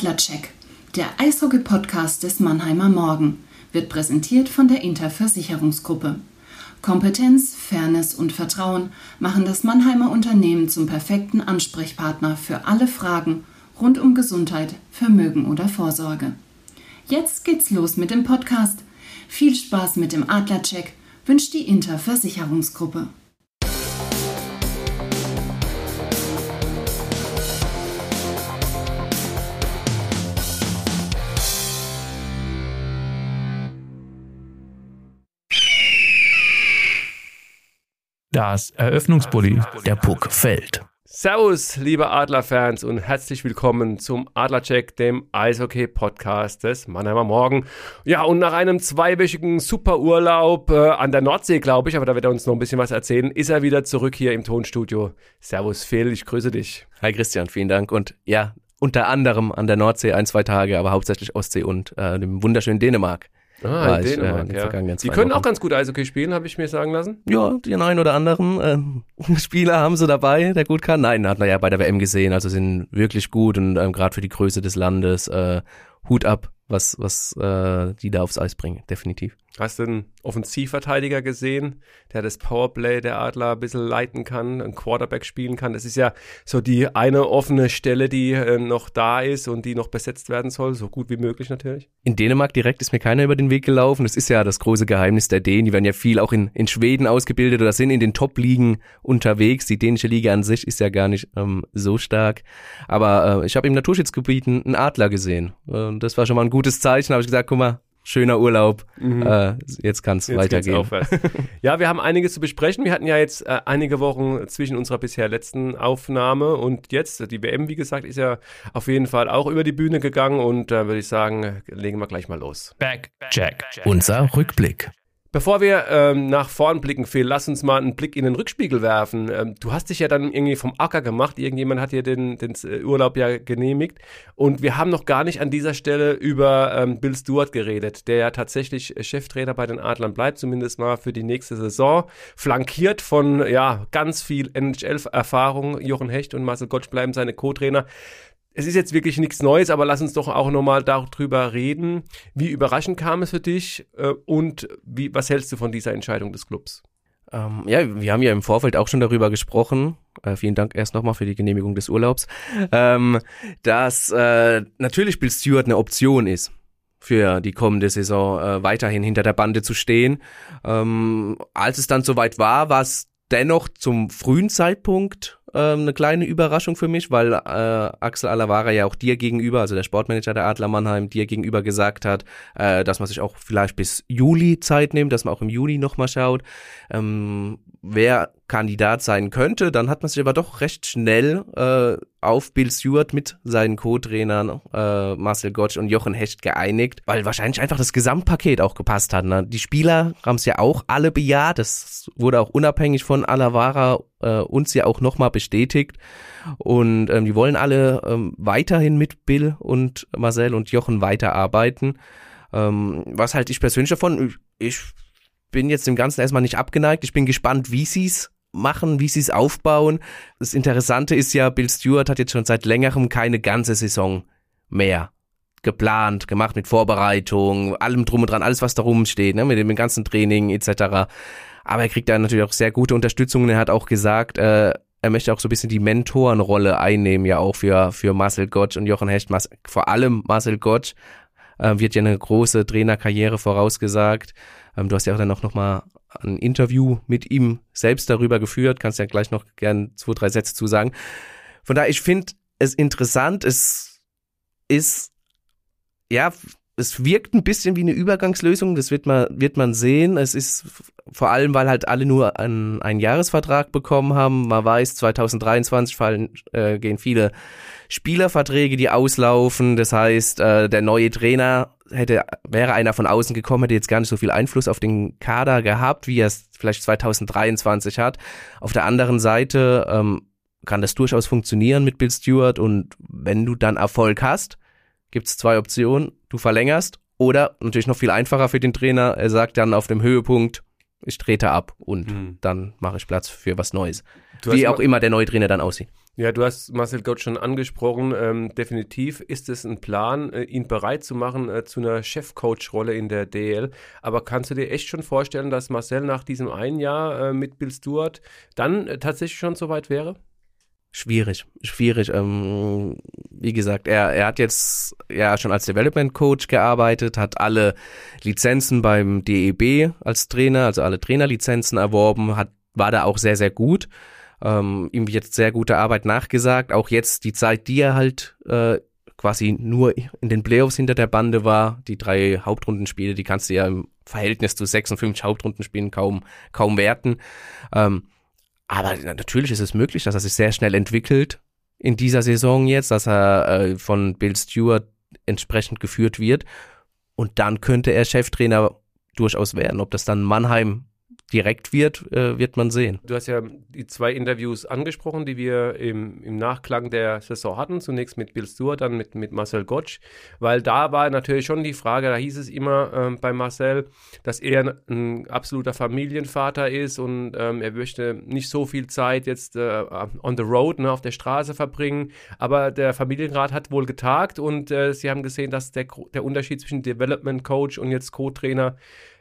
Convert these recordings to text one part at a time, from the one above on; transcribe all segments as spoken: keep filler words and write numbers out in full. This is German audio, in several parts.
Adlercheck, der Eishockey-Podcast des Mannheimer Morgen, wird präsentiert von der Inter Versicherungsgruppe. Kompetenz, Fairness und Vertrauen machen das Mannheimer Unternehmen zum perfekten Ansprechpartner für alle Fragen rund um Gesundheit, Vermögen oder Vorsorge. Jetzt geht's los mit dem Podcast. Viel Spaß mit dem Adlercheck wünscht die Inter Versicherungsgruppe. Das Eröffnungsbully, der Puck fällt. Servus, liebe Adlerfans und herzlich willkommen zum Adlercheck, dem Eishockey-Podcast des Mannheimer Morgen. Ja, und nach einem zweiwöchigen Superurlaub äh, an der Nordsee, glaube ich, aber da wird er uns noch ein bisschen was erzählen, ist er wieder zurück hier im Tonstudio. Servus Phil, ich grüße dich. Hi Christian, vielen Dank und ja, unter anderem an der Nordsee ein, zwei Tage, aber hauptsächlich Ostsee und äh, dem wunderschönen Dänemark. Ah, in Dänemark, ich, äh, ja. Die können Wochen. auch ganz gut Eishockey spielen, habe ich mir sagen lassen. Ja, den einen oder anderen äh, Spieler haben sie dabei, der gut kann. Nein, hat man ja bei der W M gesehen, also sind wirklich gut und ähm, gerade für die Größe des Landes äh, Hut ab, was was äh, die da aufs Eis bringen, definitiv. Hast du einen Offensivverteidiger gesehen, der das Powerplay der Adler ein bisschen leiten kann, einen Quarterback spielen kann? Das ist ja so die eine offene Stelle, die äh, noch da ist und die noch besetzt werden soll, so gut wie möglich natürlich. In Dänemark direkt ist mir keiner über den Weg gelaufen. Das ist ja das große Geheimnis der Dänen. Die werden ja viel auch in, in Schweden ausgebildet oder sind in den Top-Ligen unterwegs. Die dänische Liga an sich ist ja gar nicht ähm, so stark. Aber äh, ich habe im Naturschutzgebiet einen Adler gesehen. Äh, das war schon mal ein gutes Zeichen. Da habe ich gesagt, guck mal, schöner Urlaub, mhm. äh, jetzt kann es weitergehen. Ja, wir haben einiges zu besprechen. Wir hatten ja jetzt äh, einige Wochen zwischen unserer bisher letzten Aufnahme und jetzt. Die W M, wie gesagt, ist ja auf jeden Fall auch über die Bühne gegangen und da äh, würde ich sagen, legen wir gleich mal los. Back, Jack, unser Rückblick. Bevor wir ähm, nach vorn blicken, Phil, lass uns mal einen Blick in den Rückspiegel werfen. Ähm, du hast dich ja dann irgendwie vom Acker gemacht. Irgendjemand hat dir den, den Urlaub ja genehmigt. Und wir haben noch gar nicht an dieser Stelle über ähm, Bill Stewart geredet, der ja tatsächlich Cheftrainer bei den Adlern bleibt, zumindest mal für die nächste Saison. Flankiert von ja ganz viel N H L-Erfahrung. Jochen Hecht und Marcel Gottsch bleiben seine Co-Trainer. Es ist jetzt wirklich nichts Neues, aber lass uns doch auch nochmal darüber reden. Wie überraschend kam es für dich äh, und wie, was hältst du von dieser Entscheidung des Clubs? Ähm, ja, wir haben ja im Vorfeld auch schon darüber gesprochen. Äh, vielen Dank erst nochmal für die Genehmigung des Urlaubs. Ähm, dass äh, natürlich Bill Stewart eine Option ist, für die kommende Saison äh, weiterhin hinter der Bande zu stehen. Ähm, als es dann soweit war, war es dennoch zum frühen Zeitpunkt äh, eine kleine Überraschung für mich, weil äh, Axel Alavara ja auch dir gegenüber, also der Sportmanager der Adler Mannheim, dir gegenüber gesagt hat, äh, dass man sich auch vielleicht bis Juli Zeit nimmt, dass man auch im Juli nochmal schaut, ähm, wer Kandidat sein könnte. Dann hat man sich aber doch recht schnell äh, auf Bill Stewart mit seinen Co-Trainern äh, Marcel Gottsch und Jochen Hecht geeinigt, weil wahrscheinlich einfach das Gesamtpaket auch gepasst hat. Ne? Die Spieler haben es ja auch alle bejaht, das wurde auch unabhängig von Alavara äh, uns ja auch nochmal bestätigt und ähm, die wollen alle ähm, weiterhin mit Bill und Marcel und Jochen weiterarbeiten. Ähm, was halt ich persönlich davon, ich bin jetzt dem Ganzen erstmal nicht abgeneigt, ich bin gespannt, wie sie es machen, wie sie es aufbauen. Das Interessante ist ja, Bill Stewart hat jetzt schon seit längerem keine ganze Saison mehr geplant, gemacht mit Vorbereitung, allem drum und dran, alles was da rumsteht, ne, mit dem ganzen Training et cetera. Aber er kriegt da natürlich auch sehr gute Unterstützung und er hat auch gesagt, äh, er möchte auch so ein bisschen die Mentorenrolle einnehmen, ja auch für für Marcel Gottsch und Jochen Hecht. Mas- vor allem Marcel Gottsch äh, wird ja eine große Trainerkarriere vorausgesagt. Ähm, du hast ja auch dann noch, noch mal ein Interview mit ihm selbst darüber geführt, kannst ja gleich noch gern zwei, drei Sätze zu sagen. Von daher, ich finde es interessant, es ist, ja, es wirkt ein bisschen wie eine Übergangslösung, das wird man, wird man sehen. Es ist vor allem, weil halt alle nur einen, einen Jahresvertrag bekommen haben. Man weiß, zwanzig dreiundzwanzig fallen, äh, gehen viele Spielerverträge, die auslaufen. Das heißt, äh, der neue Trainer hätte, wäre einer von außen gekommen, hätte jetzt gar nicht so viel Einfluss auf den Kader gehabt, wie er es vielleicht zwanzig dreiundzwanzig hat. Auf der anderen Seite ähm, kann das durchaus funktionieren mit Bill Stewart und wenn du dann Erfolg hast, gibt es zwei Optionen. Du verlängerst oder natürlich noch viel einfacher für den Trainer, er sagt dann auf dem Höhepunkt, ich trete ab und mhm. dann mache ich Platz für was Neues. Du Wie auch immer der neue Trainer dann aussieht. Ja, du hast Marcel Gottsch schon angesprochen. Ähm, definitiv ist es ein Plan, äh, ihn bereit zu machen äh, zu einer Chefcoach-Rolle in der D L. Aber kannst du dir echt schon vorstellen, dass Marcel nach diesem einen Jahr äh, mit Bill Stewart dann äh, tatsächlich schon soweit wäre? Schwierig, schwierig. Ähm, wie gesagt, er, er hat jetzt ja schon als Development Coach gearbeitet, hat alle Lizenzen beim D E B als Trainer, also alle Trainerlizenzen erworben, hat, war da auch sehr, sehr gut. Ähm, ihm wird jetzt sehr gute Arbeit nachgesagt. Auch jetzt die Zeit, die er halt äh, quasi nur in den Playoffs hinter der Bande war, die drei Hauptrundenspiele, die kannst du ja im Verhältnis zu sechsundfünfzig Hauptrundenspielen kaum, kaum werten. Ähm, aber natürlich ist es möglich, dass er sich sehr schnell entwickelt in dieser Saison jetzt, dass er äh, von Bill Stewart entsprechend geführt wird. Und dann könnte er Cheftrainer durchaus werden. Ob das dann Mannheim direkt wird, äh, wird man sehen. Du hast ja die zwei Interviews angesprochen, die wir im, im Nachklang der Saison hatten. Zunächst mit Bill Stewart, dann mit, mit Marcel Gottsch. Weil da war natürlich schon die Frage, da hieß es immer ähm, bei Marcel, dass er ein, ein absoluter Familienvater ist und ähm, er möchte nicht so viel Zeit jetzt äh, on the road, ne, auf der Straße verbringen. Aber der Familienrat hat wohl getagt und äh, sie haben gesehen, dass der, der Unterschied zwischen Development Coach und jetzt Co-Trainer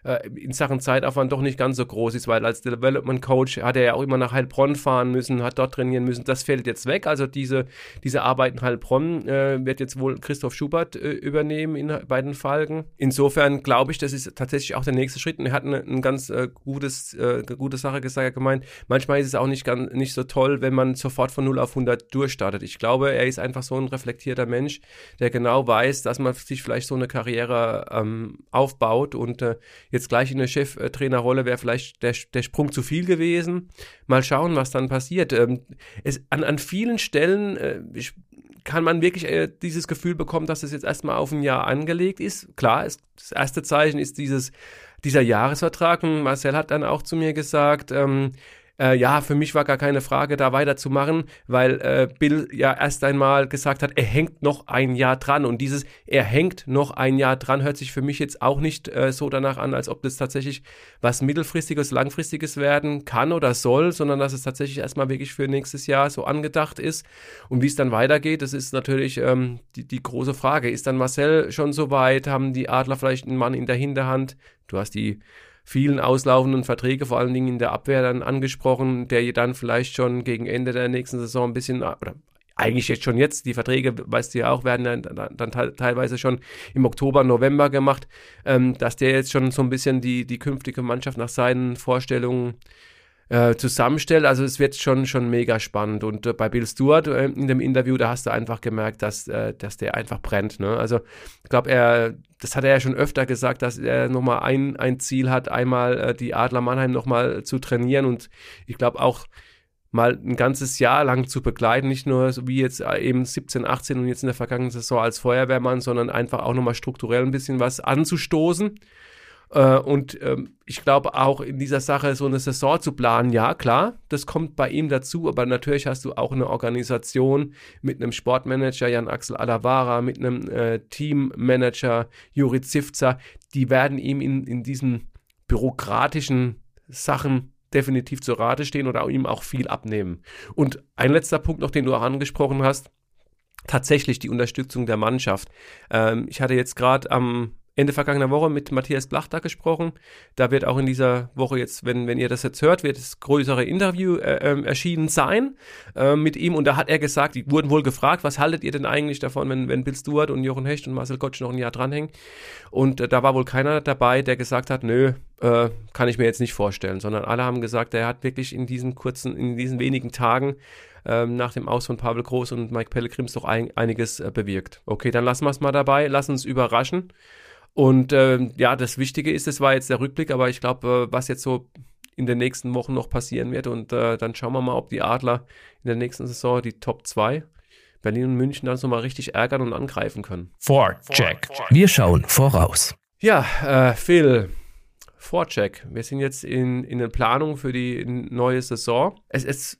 in Sachen Zeitaufwand doch nicht ganz so groß ist, weil als Development Coach hat er ja auch immer nach Heilbronn fahren müssen, hat dort trainieren müssen. Das fällt jetzt weg. Also diese, diese Arbeit in Heilbronn äh, wird jetzt wohl Christoph Schubert äh, übernehmen in, bei den Falken. Insofern glaube ich, das ist tatsächlich auch der nächste Schritt. Und er hat eine, eine ganz äh, gutes, äh, gute Sache gesagt, er gemeint, manchmal ist es auch nicht, ganz, nicht so toll, wenn man sofort von null auf hundert durchstartet. Ich glaube, er ist einfach so ein reflektierter Mensch, der genau weiß, dass man sich vielleicht so eine Karriere ähm, aufbaut und äh, jetzt gleich in eine Cheftrainerrolle wäre vielleicht der, der Sprung zu viel gewesen. Mal schauen, was dann passiert. Ähm, es, an, an vielen Stellen äh, kann man wirklich äh, dieses Gefühl bekommen, dass es jetzt erstmal auf ein Jahr angelegt ist. Klar, es, das erste Zeichen ist dieses, dieser Jahresvertrag. Und Marcel hat dann auch zu mir gesagt, ähm, Äh, ja, für mich war gar keine Frage, da weiterzumachen, weil äh, Bill ja erst einmal gesagt hat, er hängt noch ein Jahr dran und dieses er hängt noch ein Jahr dran hört sich für mich jetzt auch nicht äh, so danach an, als ob das tatsächlich was mittelfristiges, langfristiges werden kann oder soll, sondern dass es tatsächlich erstmal wirklich für nächstes Jahr so angedacht ist und wie es dann weitergeht, das ist natürlich ähm, die, die große Frage. Ist dann Marcel schon so weit? Haben die Adler vielleicht einen Mann in der Hinterhand? Du hast die vielen auslaufenden Verträge, vor allen Dingen in der Abwehr dann angesprochen, der dann vielleicht schon gegen Ende der nächsten Saison ein bisschen, oder eigentlich jetzt schon jetzt, die Verträge, weißt du ja auch, werden dann, dann, dann teilweise schon im Oktober, November gemacht, ähm, dass der jetzt schon so ein bisschen die, die künftige Mannschaft nach seinen Vorstellungen äh, zusammenstellt. Also es wird schon, schon mega spannend. Und äh, bei Bill Stewart äh, in dem Interview, da hast du einfach gemerkt, dass, äh, dass der einfach brennt. Ne? Also ich glaube, er, das hat er ja schon öfter gesagt, dass er nochmal ein, ein Ziel hat, einmal äh, die Adler Mannheim nochmal zu trainieren. Und ich glaube auch, mal ein ganzes Jahr lang zu begleiten, nicht nur so wie jetzt eben siebzehn, achtzehn und jetzt in der vergangenen Saison als Feuerwehrmann, sondern einfach auch nochmal strukturell ein bisschen was anzustoßen. Äh, und ähm, ich glaube auch in dieser Sache so eine Saison zu planen, ja klar, das kommt bei ihm dazu, aber natürlich hast du auch eine Organisation mit einem Sportmanager Jan-Axel Alavara, mit einem äh, Teammanager Juri Zivza, die werden ihm in, in diesen bürokratischen Sachen definitiv zur Rate stehen oder ihm auch viel abnehmen. Und ein letzter Punkt noch, den du auch angesprochen hast, tatsächlich die Unterstützung der Mannschaft. Ähm, ich hatte jetzt gerade am Ende vergangener Woche mit Matthias Blachter gesprochen. Da wird auch in dieser Woche jetzt, wenn, wenn ihr das jetzt hört, wird das größere Interview äh, äh, erschienen sein äh, mit ihm. Und da hat er gesagt, die wurden wohl gefragt, was haltet ihr denn eigentlich davon, wenn, wenn Bill Stewart und Jochen Hecht und Marcel Gottsch noch ein Jahr dranhängen? Und äh, da war wohl keiner dabei, der gesagt hat, nö, äh, kann ich mir jetzt nicht vorstellen, sondern alle haben gesagt, er hat wirklich in diesen kurzen, in diesen wenigen Tagen ähm, nach dem Aus von Pavel Groß und Mike Pellegrims doch ein, einiges äh, bewirkt. Okay, dann lassen wir es mal dabei, lassen uns überraschen. Und ähm, ja, das Wichtige ist, das war jetzt der Rückblick, aber ich glaube, äh, was jetzt so in den nächsten Wochen noch passieren wird und äh, dann schauen wir mal, ob die Adler in der nächsten Saison die Top zwei, Berlin und München, dann so mal richtig ärgern und angreifen können. Vorcheck. Wir schauen voraus. Ja, äh, Phil, Vorcheck. Wir sind jetzt in, in der Planung für die neue Saison. Es ist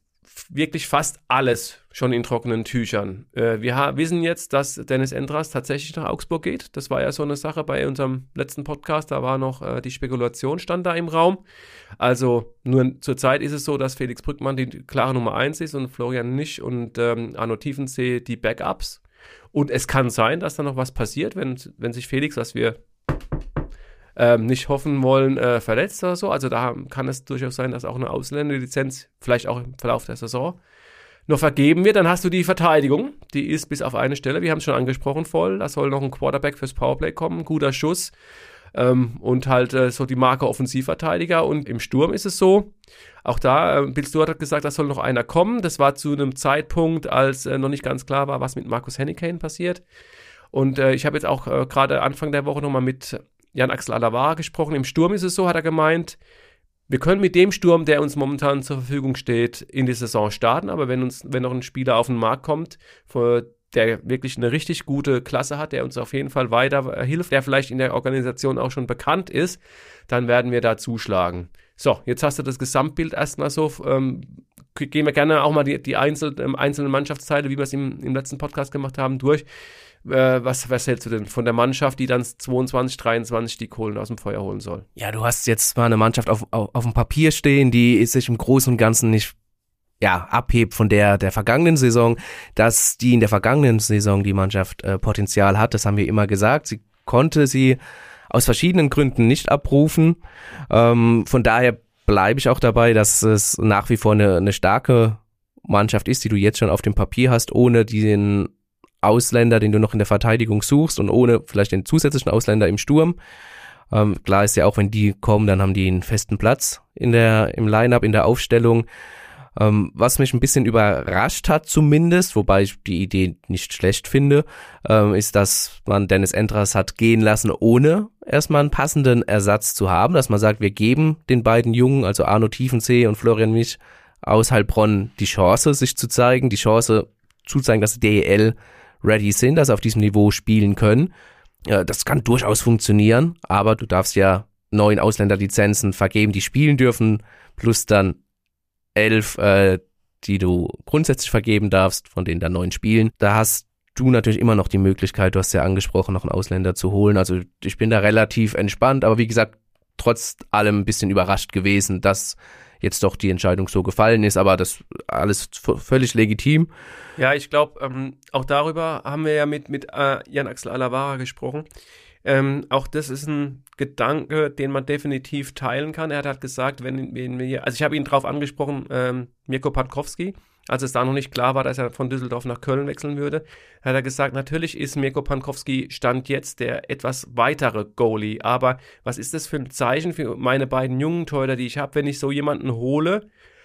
wirklich fast alles schon in trockenen Tüchern. Äh, wir ha- wissen jetzt, dass Dennis Endras tatsächlich nach Augsburg geht. Das war ja so eine Sache bei unserem letzten Podcast. Da war noch äh, die Spekulation, stand da im Raum. Also nur zurzeit ist es so, dass Felix Brückmann die klare Nummer eins ist und Florian Nisch und ähm, Arno Tiefensee die Backups. Und es kann sein, dass da noch was passiert, wenn, wenn sich Felix, was wir ähm, nicht hoffen wollen, äh, verletzt oder so. Also da kann es durchaus sein, dass auch eine Ausländerlizenz, vielleicht auch im Verlauf der Saison, noch vergeben wird. Dann hast du die Verteidigung, die ist bis auf eine Stelle, wir haben es schon angesprochen, voll. Da soll noch ein Quarterback fürs Powerplay kommen, guter Schuss ähm, und halt äh, so die Marke Offensivverteidiger. Und im Sturm ist es so, auch da, äh, Bill Stewart hat gesagt, da soll noch einer kommen. Das war zu einem Zeitpunkt, als äh, noch nicht ganz klar war, was mit Markus Hennekane passiert. Und äh, ich habe jetzt auch äh, gerade Anfang der Woche nochmal mit Jan-Axel Alavara gesprochen. Im Sturm ist es so, hat er gemeint, wir können mit dem Sturm, der uns momentan zur Verfügung steht, in die Saison starten, aber wenn uns, wenn noch ein Spieler auf den Markt kommt, der wirklich eine richtig gute Klasse hat, der uns auf jeden Fall weiter hilft, der vielleicht in der Organisation auch schon bekannt ist, dann werden wir da zuschlagen. So, jetzt hast du das Gesamtbild erstmal so, ähm, gehen wir gerne auch mal die, die einzel, ähm, einzelnen Mannschaftsteile, wie wir es im, im letzten Podcast gemacht haben, durch. Äh, was, was hältst du denn von der Mannschaft, die dann zweiundzwanzig, dreiundzwanzig die Kohlen aus dem Feuer holen soll? Ja, du hast jetzt mal eine Mannschaft auf, auf, auf dem Papier stehen, die sich im Großen und Ganzen nicht ja, abhebt von der der vergangenen Saison. Dass die in der vergangenen Saison die Mannschaft äh, Potenzial hat, das haben wir immer gesagt. Sie konnte sie aus verschiedenen Gründen nicht abrufen. Ähm, von daher bleibe ich auch dabei, dass es nach wie vor eine, eine starke Mannschaft ist, die du jetzt schon auf dem Papier hast, ohne den Ausländer, den du noch in der Verteidigung suchst und ohne vielleicht den zusätzlichen Ausländer im Sturm. Ähm, klar ist ja auch, wenn die kommen, dann haben die einen festen Platz in der im Line-Up, in der Aufstellung. Ähm, was mich ein bisschen überrascht hat zumindest, wobei ich die Idee nicht schlecht finde, ähm, ist, dass man Dennis Endras hat gehen lassen, ohne erstmal einen passenden Ersatz zu haben, dass man sagt, wir geben den beiden Jungen, also Arno Tiefensee und Florian Nisch aus Heilbronn, die Chance, sich zu zeigen, die Chance zu zeigen, dass sie D E L ready sind, dass sie auf diesem Niveau spielen können. Ja, das kann durchaus funktionieren, aber du darfst ja neun Ausländerlizenzen vergeben, die spielen dürfen, plus dann elf, äh, die du grundsätzlich vergeben darfst, von denen dann neun spielen. Da hast du natürlich immer noch die Möglichkeit, du hast ja angesprochen, noch einen Ausländer zu holen. Also ich bin da relativ entspannt, aber wie gesagt, trotz allem ein bisschen überrascht gewesen, dass jetzt doch die Entscheidung so gefallen ist, aber das alles v- völlig legitim. Ja, ich glaube, ähm, auch darüber haben wir ja mit, mit äh, Jan-Axel Alavara gesprochen. Ähm, auch das ist ein Gedanke, den man definitiv teilen kann. Er hat halt gesagt, wenn, wenn wir, also ich habe ihn drauf angesprochen, ähm, Mirko Pankowski, als es da noch nicht klar war, dass er von Düsseldorf nach Köln wechseln würde, hat er gesagt, natürlich ist Mirko Pankowski Stand jetzt der etwas weitere Goalie, aber was ist das für ein Zeichen für meine beiden jungen Torhüter, die ich habe, wenn ich so jemanden hole,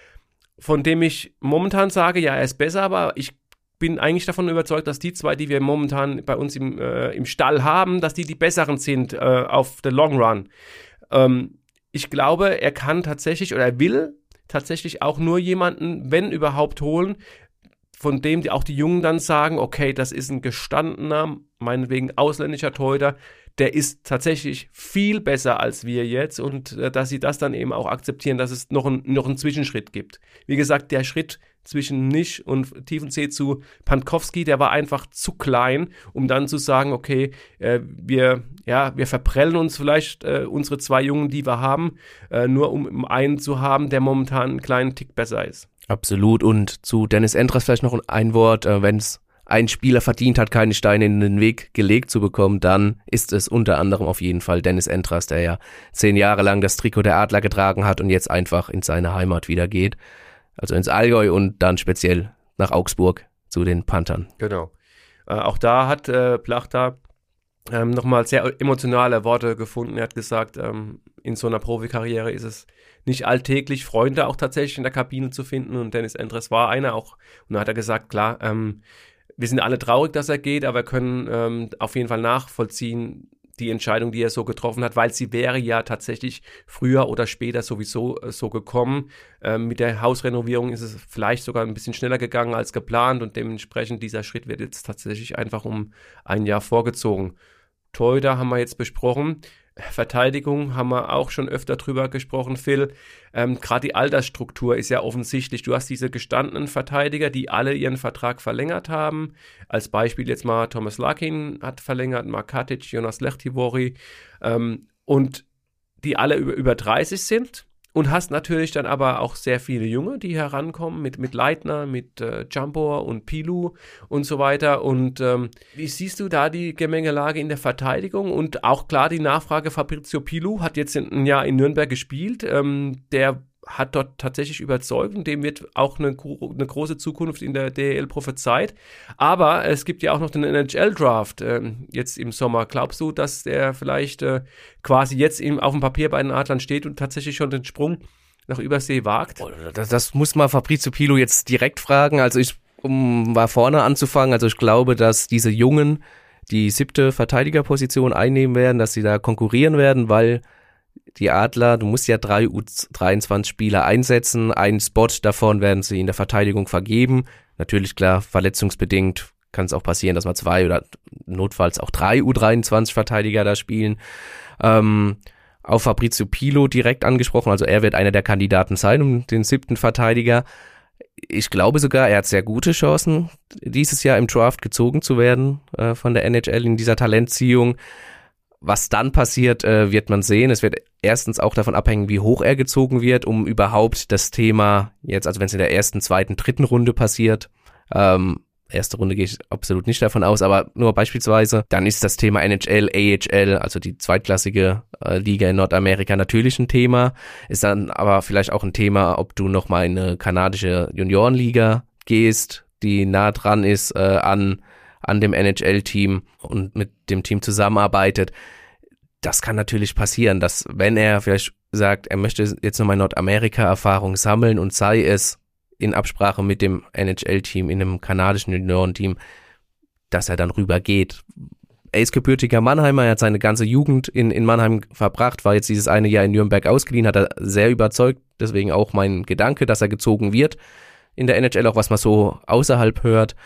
von dem ich momentan sage, ja, er ist besser, aber ich bin eigentlich davon überzeugt, dass die zwei, die wir momentan bei uns im, äh, im Stall haben, dass die die besseren sind äh, auf the long run. Ähm, ich glaube, er kann tatsächlich oder er will tatsächlich auch nur jemanden, wenn überhaupt, holen, von dem die auch die Jungen dann sagen, okay, das ist ein gestandener, meinetwegen ausländischer Torhüter, der ist tatsächlich viel besser als wir jetzt und äh, dass sie das dann eben auch akzeptieren, dass es noch, ein, noch einen Zwischenschritt gibt. Wie gesagt, der Schritt zwischen Nisch und Tiefensee zu Pankowski, der war einfach zu klein, um dann zu sagen, okay, äh, wir, ja, wir verprellen uns vielleicht äh, unsere zwei Jungen, die wir haben, äh, nur um einen zu haben, der momentan einen kleinen Tick besser ist. Absolut. Und zu Dennis Endras vielleicht noch ein Wort, äh, wenn es ein Spieler verdient hat, keine Steine in den Weg gelegt zu bekommen, dann ist es unter anderem auf jeden Fall Dennis Endras, der ja zehn Jahre lang das Trikot der Adler getragen hat und jetzt einfach in seine Heimat wieder geht. Also ins Allgäu und dann speziell nach Augsburg zu den Panthern. Genau. Äh, auch da hat äh, Plachta ähm, nochmal sehr emotionale Worte gefunden. Er hat gesagt, ähm, in so einer Profikarriere ist es nicht alltäglich, Freunde auch tatsächlich in der Kabine zu finden und Dennis Endras war einer auch. Und da hat er gesagt, klar, ähm, wir sind alle traurig, dass er geht, aber wir können ähm, auf jeden Fall nachvollziehen, die Entscheidung, die er so getroffen hat, weil sie wäre ja tatsächlich früher oder später sowieso äh, so gekommen. Ähm, mit der Hausrenovierung ist es vielleicht sogar ein bisschen schneller gegangen als geplant und dementsprechend dieser Schritt wird jetzt tatsächlich einfach um ein Jahr vorgezogen. Torhüter haben wir jetzt besprochen. Verteidigung haben wir auch schon öfter drüber gesprochen, Phil. Ähm, Gerade die Altersstruktur ist ja offensichtlich. Du hast diese gestandenen Verteidiger, die alle ihren Vertrag verlängert haben. Als Beispiel jetzt mal Thomas Larkin hat verlängert, Mark Katic, Jonas Lehtivori ähm, und die alle über, über dreißig sind. Und hast natürlich dann aber auch sehr viele Junge, die herankommen, mit, mit Leitner, mit äh, Jambor und Pilu und so weiter. Und ähm, wie siehst du da die Gemengelage in der Verteidigung? Und auch klar die Nachfrage, Fabrizio Pilu hat jetzt ein Jahr in Nürnberg gespielt. Ähm, der hat dort tatsächlich überzeugt und dem wird auch eine, eine große Zukunft in der D E L prophezeit. Aber es gibt ja auch noch den N H L-Draft ähm, jetzt im Sommer. Glaubst du, dass der vielleicht äh, quasi jetzt im, auf dem Papier bei den Adlern steht und tatsächlich schon den Sprung nach Übersee wagt? Das, das muss man Fabrizio Pilu jetzt direkt fragen. Also ich, um mal vorne anzufangen, also ich glaube, dass diese Jungen die siebte Verteidigerposition einnehmen werden, dass sie da konkurrieren werden, weil die Adler, du musst ja drei U dreiundzwanzig Spieler einsetzen, einen Spot davon werden sie in der Verteidigung vergeben. Natürlich, klar, verletzungsbedingt kann es auch passieren, dass mal zwei oder notfalls auch drei U dreiundzwanzig Verteidiger da spielen. Ähm, auf Fabrizio Pilu direkt angesprochen, also er wird einer der Kandidaten sein um den siebten Verteidiger. Ich glaube sogar, er hat sehr gute Chancen, dieses Jahr im Draft gezogen zu werden äh, von der N H L in dieser Talentziehung. Was dann passiert, äh, wird man sehen. Es wird erstens auch davon abhängen, wie hoch er gezogen wird, um überhaupt das Thema jetzt, also wenn es in der ersten, zweiten, dritten Runde passiert, ähm, erste Runde gehe ich absolut nicht davon aus, aber nur beispielsweise, dann ist das Thema N H L, A H L, also die zweitklassige äh, Liga in Nordamerika natürlich ein Thema, ist dann aber vielleicht auch ein Thema, ob du nochmal in eine kanadische Juniorenliga gehst, die nah dran ist äh, an an dem N H L-Team und mit dem Team zusammenarbeitet. Das kann natürlich passieren, dass wenn er vielleicht sagt, er möchte jetzt nochmal Nordamerika-Erfahrung sammeln und sei es in Absprache mit dem N H L-Team, in einem kanadischen Juniorenteam, dass er dann rübergeht. Er ist gebürtiger Mannheimer, er hat seine ganze Jugend in, in Mannheim verbracht, war jetzt dieses eine Jahr in Nürnberg ausgeliehen, hat er sehr überzeugt, deswegen auch mein Gedanke, dass er gezogen wird in der N H L, auch was man so außerhalb hört.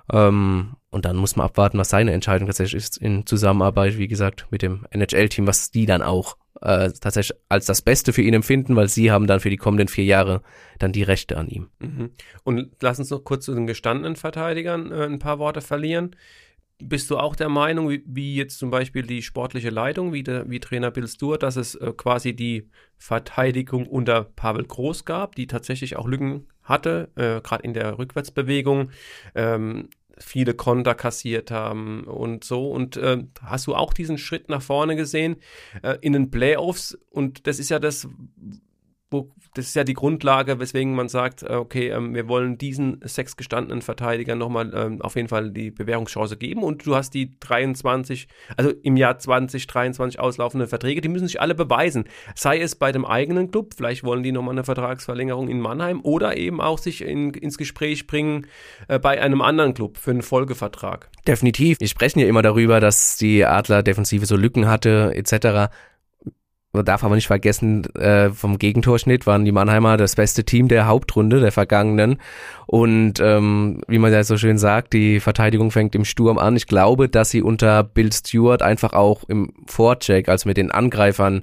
Ähm, und dann muss man abwarten, was seine Entscheidung tatsächlich ist in Zusammenarbeit, wie gesagt, mit dem N H L-Team, was die dann auch äh, tatsächlich als das Beste für ihn empfinden, weil sie haben dann für die kommenden vier Jahre dann die Rechte an ihm. Mhm. Und lass uns noch kurz zu den gestandenen Verteidigern äh, ein paar Worte verlieren. Bist du auch der Meinung, wie, wie jetzt zum Beispiel die sportliche Leitung, wie, der, wie Trainer Bill Stewart, dass es äh, quasi die Verteidigung unter Pavel Groß gab, die tatsächlich auch Lücken hatte, äh, gerade in der Rückwärtsbewegung, ähm, viele Konter kassiert haben und so. Und äh, hast du auch diesen Schritt nach vorne gesehen äh, in den Playoffs? Und das ist ja das, wo, das ist ja die Grundlage, weswegen man sagt, äh, okay, ähm, wir wollen diesen sechs gestandenen Verteidigern nochmal ähm, auf jeden Fall die Bewährungschance geben. Und du hast die dreiundzwanzig, also im Jahr zwanzig dreiundzwanzig auslaufenden Verträge, die müssen sich alle beweisen. Sei es bei dem eigenen Club, vielleicht wollen die nochmal eine Vertragsverlängerung in Mannheim oder eben auch sich in, ins Gespräch bringen äh, bei einem anderen Club für einen Folgevertrag. Definitiv. Wir sprechen ja immer darüber, dass die Adler-Defensive so Lücken hatte et cetera. Man darf aber nicht vergessen, äh, vom Gegentorschnitt waren die Mannheimer das beste Team der Hauptrunde der vergangenen. Und ähm, wie man ja so schön sagt, die Verteidigung fängt im Sturm an. Ich glaube, dass sie unter Bill Stewart einfach auch im Vorcheck, also mit den Angreifern,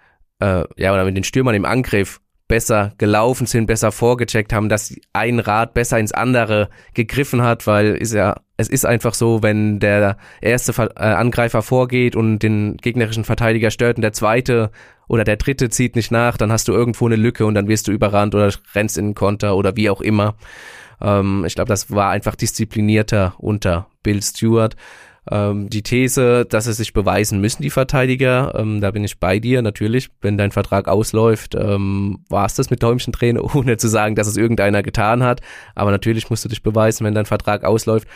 äh, ja, oder mit den Stürmern im Angriff besser gelaufen sind, besser vorgecheckt haben, dass ein Rad besser ins andere gegriffen hat, weil ist ja, es ist einfach so, wenn der erste Ver- äh, Angreifer vorgeht und den gegnerischen Verteidiger stört und der zweite oder der dritte zieht nicht nach, dann hast du irgendwo eine Lücke und dann wirst du überrannt oder rennst in den Konter oder wie auch immer. Ähm, ich glaube, das war einfach disziplinierter unter Bill Stewart. Ähm, die These, dass es sich beweisen müssen, die Verteidiger, ähm, da bin ich bei dir, natürlich, wenn dein Vertrag ausläuft, ähm, war es das mit Däumchentränen, ohne zu sagen, dass es irgendeiner getan hat, aber natürlich musst du dich beweisen, wenn dein Vertrag ausläuft,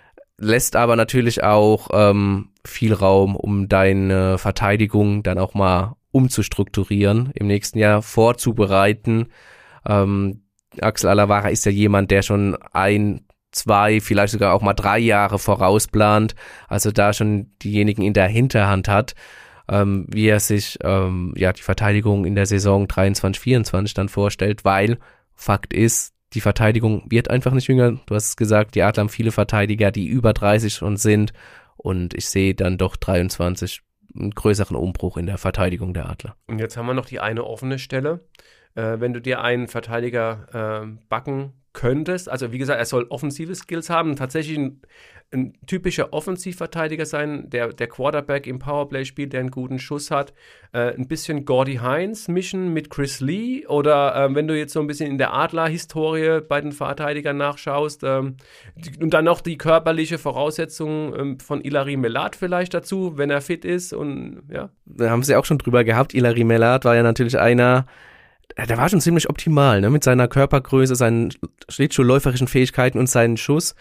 lässt aber natürlich auch ähm, viel Raum, um deine Verteidigung dann auch mal umzustrukturieren, im nächsten Jahr vorzubereiten. ähm, Axel Alavara ist ja jemand, der schon ein zwei, vielleicht sogar auch mal drei Jahre vorausplant, also da schon diejenigen in der Hinterhand hat, ähm, wie er sich ähm, ja die Verteidigung in der Saison dreiundzwanzig vierundzwanzig dann vorstellt, weil Fakt ist, die Verteidigung wird einfach nicht jünger. Du hast es gesagt, die Adler haben viele Verteidiger, die über dreißig schon sind und ich sehe dann doch dreiundzwanzig einen größeren Umbruch in der Verteidigung der Adler. Und jetzt haben wir noch die eine offene Stelle. Äh, wenn du dir einen Verteidiger äh, backen könntest, also wie gesagt, er soll offensive Skills haben, tatsächlich ein, ein typischer Offensivverteidiger sein, der, der Quarterback im Powerplay spielt, der einen guten Schuss hat, äh, ein bisschen Gordy Hines mischen mit Chris Lee oder äh, wenn du jetzt so ein bisschen in der Adler-Historie bei den Verteidigern nachschaust ähm, die, und dann noch die körperliche Voraussetzung ähm, von Ilari Melat vielleicht dazu, wenn er fit ist und ja. Da haben sie auch schon drüber gehabt, Ilari Melat war ja natürlich einer, der war schon ziemlich optimal, ne, mit seiner Körpergröße, seinen schlittschuhläuferischen Fähigkeiten und seinen Schuss.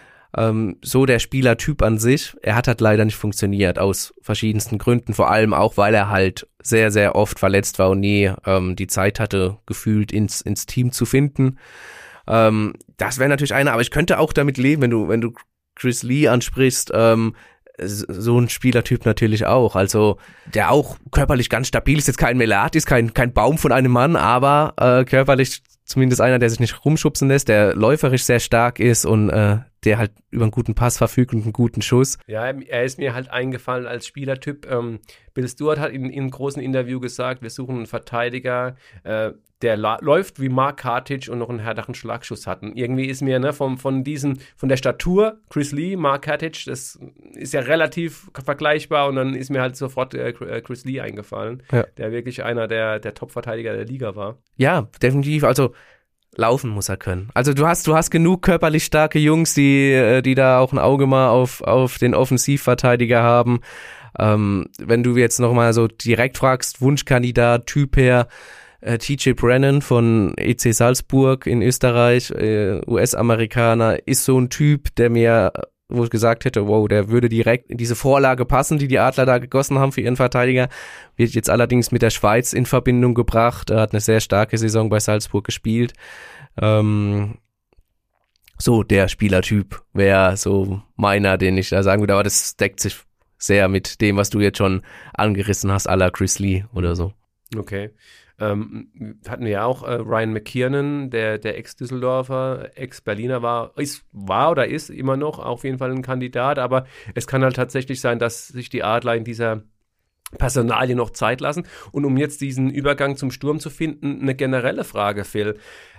Ähm, so der Spielertyp an sich. Er hat halt leider nicht funktioniert, aus verschiedensten Gründen. Vor allem auch, weil er halt sehr, sehr oft verletzt war und nie ähm, die Zeit hatte, gefühlt ins, ins Team zu finden. Ähm, das wäre natürlich einer, aber ich könnte auch damit leben, wenn du, wenn du Chris Lee ansprichst, ähm, so ein Spielertyp natürlich auch, also der auch körperlich ganz stabil ist, jetzt kein Melat ist, kein, kein Baum von einem Mann, aber äh, körperlich zumindest einer, der sich nicht rumschubsen lässt, der läuferisch sehr stark ist und äh, der halt über einen guten Pass verfügt und einen guten Schuss. Ja, er ist mir halt eingefallen als Spielertyp. Ähm, Bill Stewart hat in, in einem großen Interview gesagt, wir suchen einen Verteidiger, äh, der la- läuft wie Mark Hartage und noch einen härteren Schlagschuss hat. Und irgendwie ist mir ne, vom, von diesen, von der Statur, Chris Lee, Mark Hartage, das ist ja relativ vergleichbar und dann ist mir halt sofort äh, Chris Lee eingefallen, ja. Der wirklich einer der, der Top-Verteidiger der Liga war. Ja, definitiv, also laufen muss er können. Also du hast, du hast genug körperlich starke Jungs, die, die da auch ein Auge mal auf, auf den Offensivverteidiger haben. Ähm, wenn du jetzt nochmal so direkt fragst, Wunschkandidat, Typ her, äh, T J Brennan von E C Salzburg in Österreich, äh, U S-Amerikaner, ist so ein Typ, der mir, wo ich gesagt hätte, wow, der würde direkt in diese Vorlage passen, die die Adler da gegossen haben für ihren Verteidiger. Wird jetzt allerdings mit der Schweiz in Verbindung gebracht. Er hat eine sehr starke Saison bei Salzburg gespielt. Ähm, so, der Spielertyp wäre so meiner, den ich da sagen würde, aber das deckt sich sehr mit dem, was du jetzt schon angerissen hast, à la Chris Lee oder so. Okay. Ähm, hatten wir ja auch äh, Ryan McKiernan, der, der Ex-Düsseldorfer, Ex-Berliner war, ist, war oder ist immer noch auf jeden Fall ein Kandidat, aber es kann halt tatsächlich sein, dass sich die Adler in dieser Personalie noch Zeit lassen. Und um jetzt diesen Übergang zum Sturm zu finden, eine generelle Frage, Phil,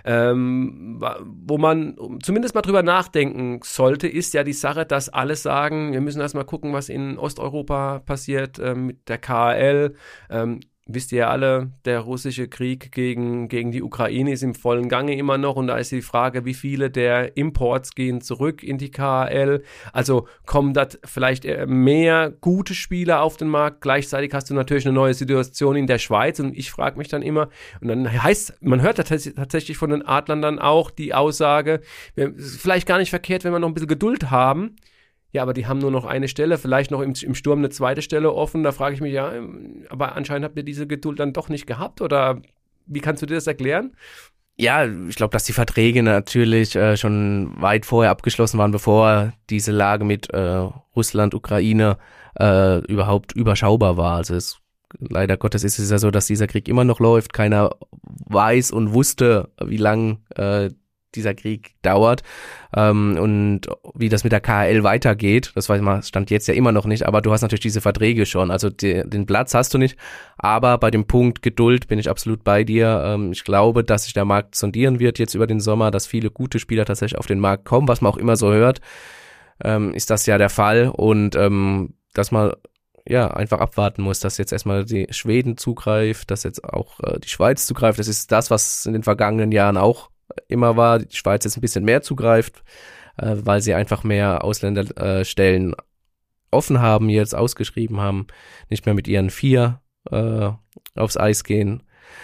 ähm, wo man zumindest mal drüber nachdenken sollte, ist ja die Sache, dass alle sagen, wir müssen erstmal gucken, was in Osteuropa passiert äh, mit der K H L. Ähm, Wisst ihr ja alle, der russische Krieg gegen, gegen die Ukraine ist im vollen Gange immer noch und da ist die Frage, wie viele der Imports gehen zurück in die K H L, also kommen da vielleicht mehr gute Spieler auf den Markt, gleichzeitig hast du natürlich eine neue Situation in der Schweiz und ich frage mich dann immer, und dann heißt, man hört tatsächlich von den Adlern dann auch die Aussage, es ist vielleicht gar nicht verkehrt, wenn wir noch ein bisschen Geduld haben. Ja, aber die haben nur noch eine Stelle, vielleicht noch im, im Sturm eine zweite Stelle offen. Da frage ich mich, ja, aber anscheinend habt ihr diese Geduld dann doch nicht gehabt oder wie kannst du dir das erklären? Ja, ich glaube, dass die Verträge natürlich äh, schon weit vorher abgeschlossen waren, bevor diese Lage mit äh, Russland, Ukraine äh, überhaupt überschaubar war. Also es, leider Gottes ist es ja so, dass dieser Krieg immer noch läuft. Keiner weiß und wusste, wie lang äh, dieser Krieg dauert ähm, und wie das mit der K H L weitergeht, das weiß man, stand jetzt ja immer noch nicht, aber du hast natürlich diese Verträge schon, also die, den Platz hast du nicht, aber bei dem Punkt Geduld bin ich absolut bei dir. Ähm, ich glaube, dass sich der Markt sondieren wird jetzt über den Sommer, dass viele gute Spieler tatsächlich auf den Markt kommen, was man auch immer so hört, ähm, ist das ja der Fall und ähm, dass man ja einfach abwarten muss, dass jetzt erstmal die Schweden zugreift, dass jetzt auch äh, die Schweiz zugreift, das ist das, was in den vergangenen Jahren auch immer war, die Schweiz jetzt ein bisschen mehr zugreift, äh, weil sie einfach mehr Ausländerstellen äh, offen haben, jetzt ausgeschrieben haben, nicht mehr mit ihren vier äh, aufs Eis gehen.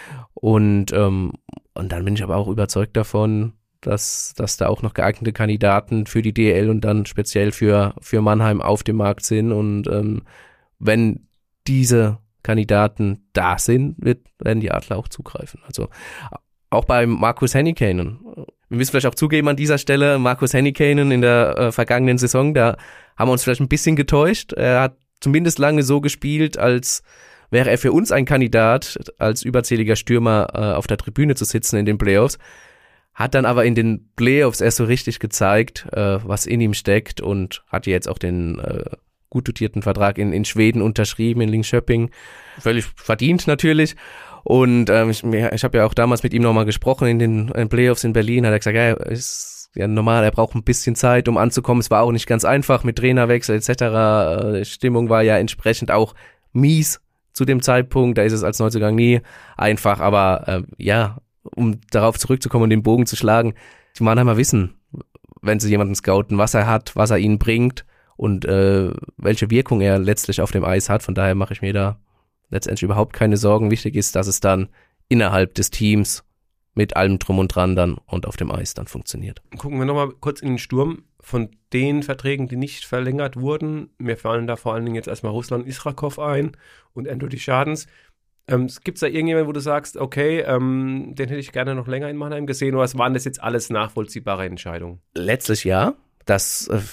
Und ähm, und dann bin ich aber auch überzeugt davon, dass dass da auch noch geeignete Kandidaten für die D L und dann speziell für für Mannheim auf dem Markt sind. Und ähm, wenn diese Kandidaten da sind, wird, werden die Adler auch zugreifen. Also auch bei Markus Hennikainen. Wir müssen vielleicht auch zugeben an dieser Stelle, Markus Hennikainen in der äh, vergangenen Saison, da haben wir uns vielleicht ein bisschen getäuscht. Er hat zumindest lange so gespielt, als wäre er für uns ein Kandidat, als überzähliger Stürmer äh, auf der Tribüne zu sitzen in den Playoffs. Hat dann aber in den Playoffs erst so richtig gezeigt, äh, was in ihm steckt und hat jetzt auch den äh, gut dotierten Vertrag in, in Schweden unterschrieben, in Linköping. Völlig verdient natürlich. Und ähm, ich, ich habe ja auch damals mit ihm nochmal gesprochen in den in Playoffs in Berlin. Hat er gesagt, ja, ist ja normal, er braucht ein bisschen Zeit, um anzukommen. Es war auch nicht ganz einfach mit Trainerwechsel et cetera. Die Stimmung war ja entsprechend auch mies zu dem Zeitpunkt. Da ist es als Neuzugang nie einfach. Aber äh, ja, um darauf zurückzukommen und den Bogen zu schlagen, die Mannheimer wissen, wenn sie jemanden scouten, was er hat, was er ihnen bringt und äh, welche Wirkung er letztlich auf dem Eis hat. Von daher mache ich mir da letztendlich überhaupt keine Sorgen. Wichtig ist, dass es dann innerhalb des Teams mit allem drum und dran dann und auf dem Eis dann funktioniert. Gucken wir nochmal kurz in den Sturm. Von den Verträgen, die nicht verlängert wurden, mir fallen da vor allen Dingen jetzt erstmal Ruslan Israkov ein und Anthony Schadens. Ähm, Gibt es da irgendjemanden, wo du sagst, okay, ähm, den hätte ich gerne noch länger in Mannheim gesehen, oder waren das jetzt alles nachvollziehbare Entscheidungen? Letztlich ja. Dass äh,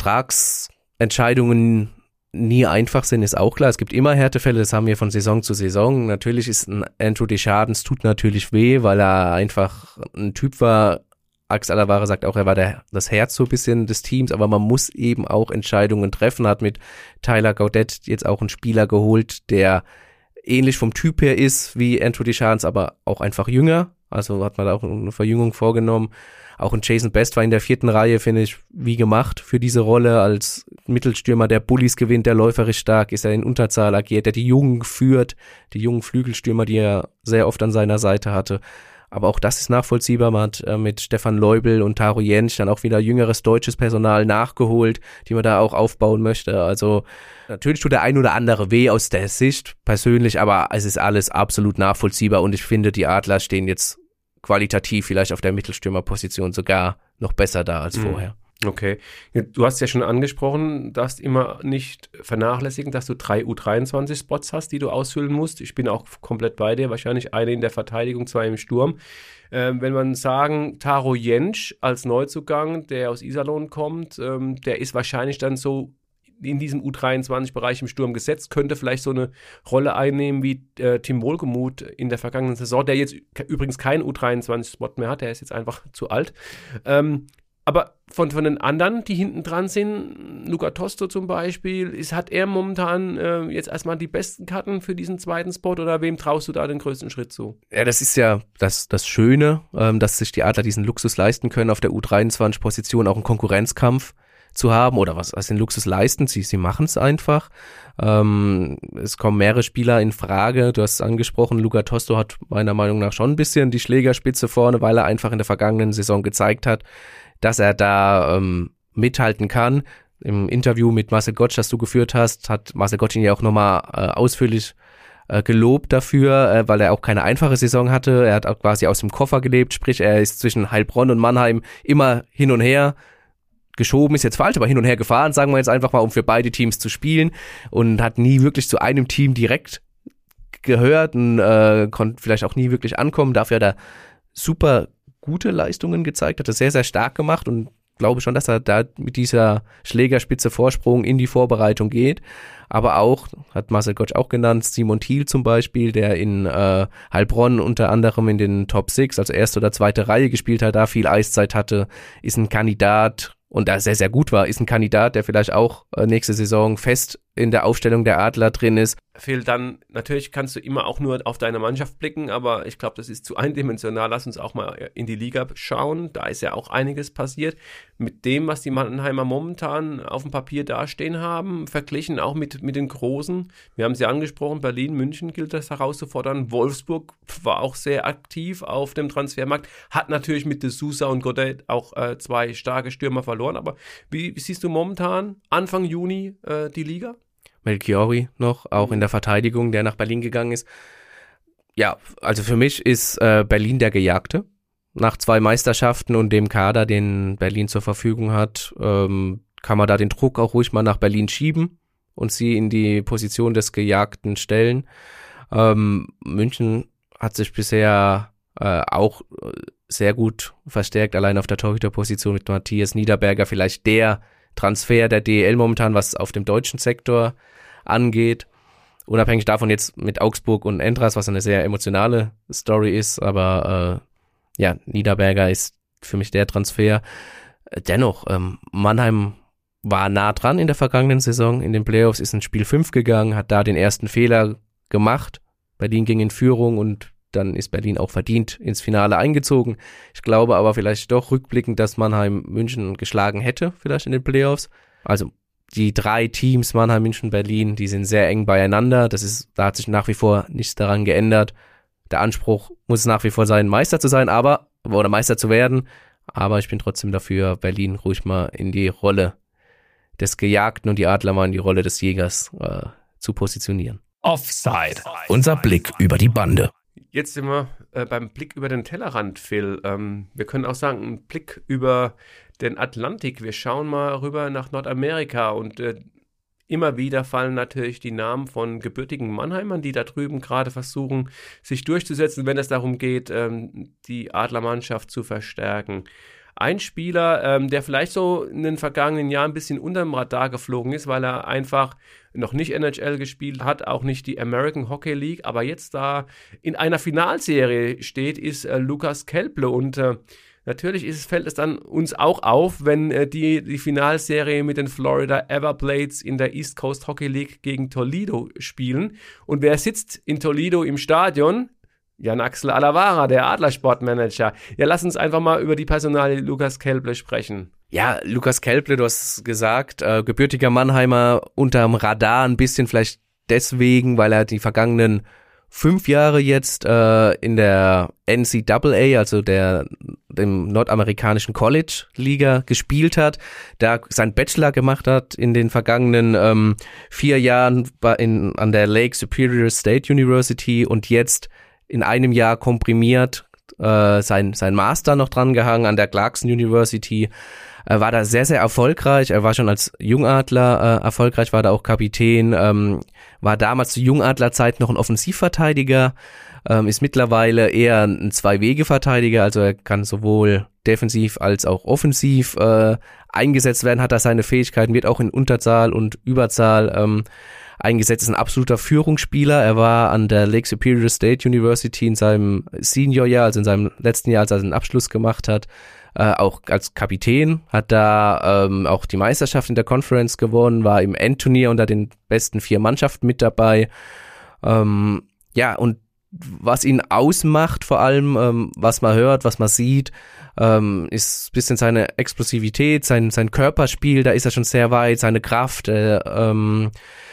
Vertragsentscheidungen nie einfach sind, ist auch klar. Es gibt immer Härtefälle, das haben wir von Saison zu Saison. Natürlich ist ein Andrew Deschardens, tut natürlich weh, weil er einfach ein Typ war. Axel Alavara sagt auch, er war der, das Herz so ein bisschen des Teams, aber man muss eben auch Entscheidungen treffen. Hat mit Tyler Gaudet jetzt auch einen Spieler geholt, der ähnlich vom Typ her ist wie Andrew Deschardens, aber auch einfach jünger. Also hat man da auch eine Verjüngung vorgenommen. Auch ein Jason Best war in der vierten Reihe, finde ich, wie gemacht für diese Rolle als Mittelstürmer, der Bullies gewinnt, der läuferisch stark ist, der in Unterzahl agiert, der die Jungen führt, die jungen Flügelstürmer, die er sehr oft an seiner Seite hatte. Aber auch das ist nachvollziehbar. Man hat äh, mit Stefan Leubel und Taro Jentsch dann auch wieder jüngeres deutsches Personal nachgeholt, die man da auch aufbauen möchte. Also natürlich tut der ein oder andere weh aus der Sicht persönlich, aber es ist alles absolut nachvollziehbar und ich finde, die Adler stehen jetzt qualitativ vielleicht auf der Mittelstürmerposition sogar noch besser da als vorher. Okay. Du hast ja schon angesprochen, darfst immer nicht vernachlässigen, dass du drei U dreiundzwanzig Spots hast, die du ausfüllen musst. Ich bin auch komplett bei dir, wahrscheinlich eine in der Verteidigung, zwei im Sturm. Ähm, wenn man sagen, Taro Jentsch als Neuzugang, der aus Iserlohn kommt, ähm, der ist wahrscheinlich dann so in diesem U dreiundzwanzig-Bereich im Sturm gesetzt, könnte vielleicht so eine Rolle einnehmen wie äh, Tim Wohlgemuth in der vergangenen Saison, der jetzt übrigens keinen U dreiundzwanzig-Spot mehr hat, der ist jetzt einfach zu alt. Ähm, aber von, von den anderen, die hinten dran sind, Luca Tosto zum Beispiel, ist, hat er momentan äh, jetzt erstmal die besten Karten für diesen zweiten Spot oder wem traust du da den größten Schritt zu? Ja, das ist ja das, das Schöne, ähm, dass sich die Adler diesen Luxus leisten können, auf der U dreiundzwanzig-Position auch einen Konkurrenzkampf zu haben oder was, was den Luxus leisten, sie, sie machen es einfach. Ähm, es kommen mehrere Spieler in Frage, du hast es angesprochen, Luca Tosto hat meiner Meinung nach schon ein bisschen die Schlägerspitze vorne, weil er einfach in der vergangenen Saison gezeigt hat, dass er da ähm, mithalten kann. Im Interview mit Marcel Gottsch, das du geführt hast, hat Marcel Gottsch ihn ja auch nochmal äh, ausführlich äh, gelobt dafür, äh, weil er auch keine einfache Saison hatte. Er hat auch quasi aus dem Koffer gelebt, sprich er ist zwischen Heilbronn und Mannheim immer hin und her geschoben, ist jetzt falsch, aber hin und her gefahren, sagen wir jetzt einfach mal, um für beide Teams zu spielen und hat nie wirklich zu einem Team direkt gehört und äh, konnte vielleicht auch nie wirklich ankommen. Dafür hat er super gute Leistungen gezeigt, hat er sehr, sehr stark gemacht und glaube schon, dass er da mit dieser Schlägerspitze Vorsprung in die Vorbereitung geht. Aber auch, hat Marcel Gottsch auch genannt, Simon Thiel zum Beispiel, der in äh, Heilbronn unter anderem in den Top sechs, also erste oder zweite Reihe gespielt hat, da viel Eiszeit hatte, ist ein Kandidat und da sehr, sehr gut war, ist ein Kandidat, der vielleicht auch äh, nächste Saison fest in der Aufstellung der Adler drin ist. Phil, dann natürlich kannst du immer auch nur auf deine Mannschaft blicken, aber ich glaube, das ist zu eindimensional. Lass uns auch mal in die Liga schauen. Da ist ja auch einiges passiert. Mit dem, was die Mannheimer momentan auf dem Papier dastehen haben, verglichen auch mit, mit den Großen. Wir haben sie angesprochen, Berlin, München gilt das herauszufordern. Wolfsburg war auch sehr aktiv auf dem Transfermarkt, hat natürlich mit De Sousa und Godet auch äh, zwei starke Stürmer verloren. Aber wie, wie siehst du momentan, Anfang Juni, äh, die Liga? Melchiori noch, auch in der Verteidigung, der nach Berlin gegangen ist. Ja, also für mich ist äh, Berlin der Gejagte. Nach zwei Meisterschaften und dem Kader, den Berlin zur Verfügung hat, ähm, kann man da den Druck auch ruhig mal nach Berlin schieben und sie in die Position des Gejagten stellen. Ähm, München hat sich bisher äh, auch sehr gut verstärkt, allein auf der Torhüterposition mit Matthias Niederberger, vielleicht der Transfer der D E L momentan, was auf dem deutschen Sektor angeht. Unabhängig davon jetzt mit Augsburg und Endras, was eine sehr emotionale Story ist, aber äh, ja, Niederberger ist für mich der Transfer. Dennoch, ähm, Mannheim war nah dran in der vergangenen Saison. In den Playoffs ist ein Spiel fünf gegangen, hat da den ersten Fehler gemacht. Berlin ging in Führung und dann ist Berlin auch verdient ins Finale eingezogen. Ich glaube aber vielleicht doch rückblickend, dass Mannheim München geschlagen hätte, vielleicht in den Playoffs. Also die drei Teams, Mannheim, München, Berlin, die sind sehr eng beieinander. Das ist, da hat sich nach wie vor nichts daran geändert. Der Anspruch muss nach wie vor sein, Meister zu sein, aber, oder Meister zu werden. Aber ich bin trotzdem dafür, Berlin ruhig mal in die Rolle des Gejagten und die Adler mal in die Rolle des Jägers äh, zu positionieren. Offside. Unser Blick über die Bande. Jetzt sind wir äh, beim Blick über den Tellerrand, Phil. Ähm, wir können auch sagen, ein Blick über den Atlantik. Wir schauen mal rüber nach Nordamerika und äh, immer wieder fallen natürlich die Namen von gebürtigen Mannheimern, die da drüben gerade versuchen, sich durchzusetzen, wenn es darum geht, ähm, die Adlermannschaft zu verstärken. Ein Spieler, ähm, der vielleicht so in den vergangenen Jahren ein bisschen unter dem Radar geflogen ist, weil er einfach noch nicht N H L gespielt hat, auch nicht die American Hockey League, aber jetzt da in einer Finalserie steht, ist äh, Lukas Kelple. Und äh, natürlich ist es, fällt es dann uns auch auf, wenn äh, die, die Finalserie mit den Florida Everblades in der East Coast Hockey League gegen Toledo spielen. Und wer sitzt in Toledo im Stadion? Jan-Axel Alavara, der Adlersportmanager. Ja, lass uns einfach mal über die Personalie Lukas Kelple sprechen. Ja, Lukas Kelple, du hast gesagt, äh, gebürtiger Mannheimer, unterm Radar ein bisschen vielleicht deswegen, weil er die vergangenen fünf Jahre jetzt äh, in der N C A A, also der dem nordamerikanischen College-Liga gespielt hat, da seinen Bachelor gemacht hat in den vergangenen ähm, vier Jahren in, an der Lake Superior State University und jetzt in einem Jahr komprimiert äh, sein, sein Master noch dran gehangen an der Clarkson University. Er war da sehr, sehr erfolgreich. Er war schon als Jungadler äh, erfolgreich, war da auch Kapitän, ähm, war damals zu Jungadlerzeit noch ein Offensivverteidiger, ähm, ist mittlerweile eher ein Zwei-Wege-Verteidiger, also er kann sowohl defensiv als auch offensiv äh, eingesetzt werden, hat da seine Fähigkeiten, wird auch in Unterzahl und Überzahl ähm, eingesetzt, ist ein absoluter Führungsspieler. Er war an der Lake Superior State University in seinem Seniorjahr, also in seinem letzten Jahr, als er den Abschluss gemacht hat, äh, auch als Kapitän, hat da ähm, auch die Meisterschaft in der Conference gewonnen, war im Endturnier unter den besten vier Mannschaften mit dabei. Ähm, ja, und was ihn ausmacht, vor allem, ähm, was man hört, was man sieht, ähm, ist ein bisschen seine Explosivität, sein, sein Körperspiel, da ist er schon sehr weit, seine Kraft, äh, ähm,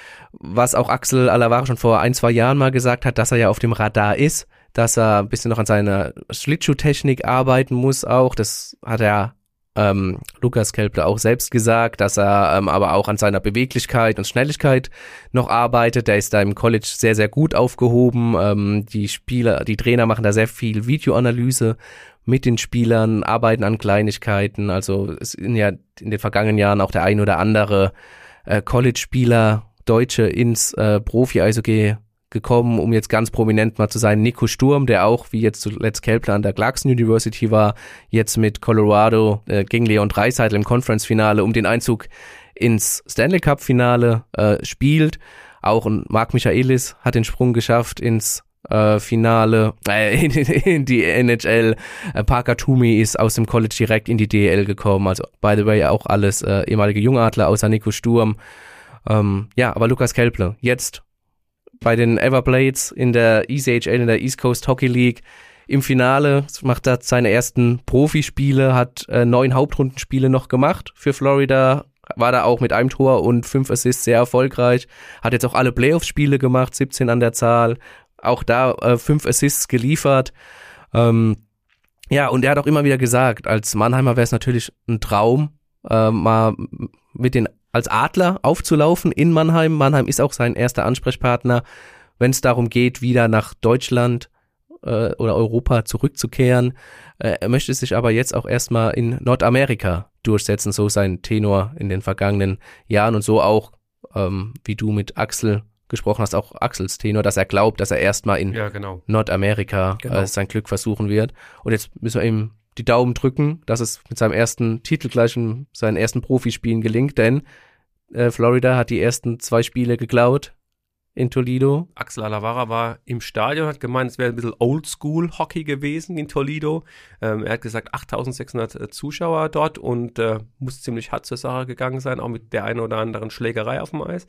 was auch Axel Alavara schon vor ein, zwei Jahren mal gesagt hat, dass er ja auf dem Radar ist, dass er ein bisschen noch an seiner Schlittschuhtechnik arbeiten muss auch. Das hat er ähm, Lukas Kelple auch selbst gesagt, dass er ähm, aber auch an seiner Beweglichkeit und Schnelligkeit noch arbeitet. Der ist da im College sehr, sehr gut aufgehoben. Ähm, die Spieler, die Trainer machen da sehr viel Videoanalyse mit den Spielern, arbeiten an Kleinigkeiten. Also es sind ja in den vergangenen Jahren auch der ein oder andere äh, College-Spieler Deutsche ins äh, Profi-Eishockey gekommen, um jetzt ganz prominent mal zu sein. Nico Sturm, der auch, wie jetzt zuletzt Kelple an der Clarkson University war, jetzt mit Colorado äh, gegen Leon Draisaitl im Conference-Finale um den Einzug ins Stanley Cup-Finale äh, spielt. Auch ein Marc Michaelis hat den Sprung geschafft ins äh, Finale, äh, in, in die N H L. Äh, Parker Toomey ist aus dem College direkt in die D E L gekommen. Also, by the way, auch alles äh, ehemalige Jungadler außer Nico Sturm. Ähm, ja, aber Lukas Kelple, jetzt bei den Everblades in der E C H L, in der East Coast Hockey League, im Finale, macht er seine ersten Profispiele, hat äh, neun Hauptrundenspiele noch gemacht für Florida, war da auch mit einem Tor und fünf Assists sehr erfolgreich, hat jetzt auch alle Playoff-Spiele gemacht, siebzehn an der Zahl, auch da äh, fünf Assists geliefert. Ähm, ja, und er hat auch immer wieder gesagt, als Mannheimer wäre es natürlich ein Traum, äh, mal mit den als Adler aufzulaufen in Mannheim. Mannheim ist auch sein erster Ansprechpartner, wenn es darum geht, wieder nach Deutschland äh, oder Europa zurückzukehren. Äh, er möchte sich aber jetzt auch erstmal in Nordamerika durchsetzen, so sein Tenor in den vergangenen Jahren und so auch, ähm, wie du mit Axel gesprochen hast, auch Axels Tenor, dass er glaubt, dass er erstmal in ja, genau. Nordamerika genau. äh, sein Glück versuchen wird. Und jetzt müssen wir ihm die Daumen drücken, dass es mit seinem ersten Titel gleich in seinen ersten Profispielen gelingt, denn äh, Florida hat die ersten zwei Spiele geklaut in Toledo. Axel Alavara war im Stadion, hat gemeint, es wäre ein bisschen Oldschool-Hockey gewesen in Toledo. Ähm, er hat gesagt, achttausendsechshundert Zuschauer dort und äh, muss ziemlich hart zur Sache gegangen sein, auch mit der einen oder anderen Schlägerei auf dem Eis.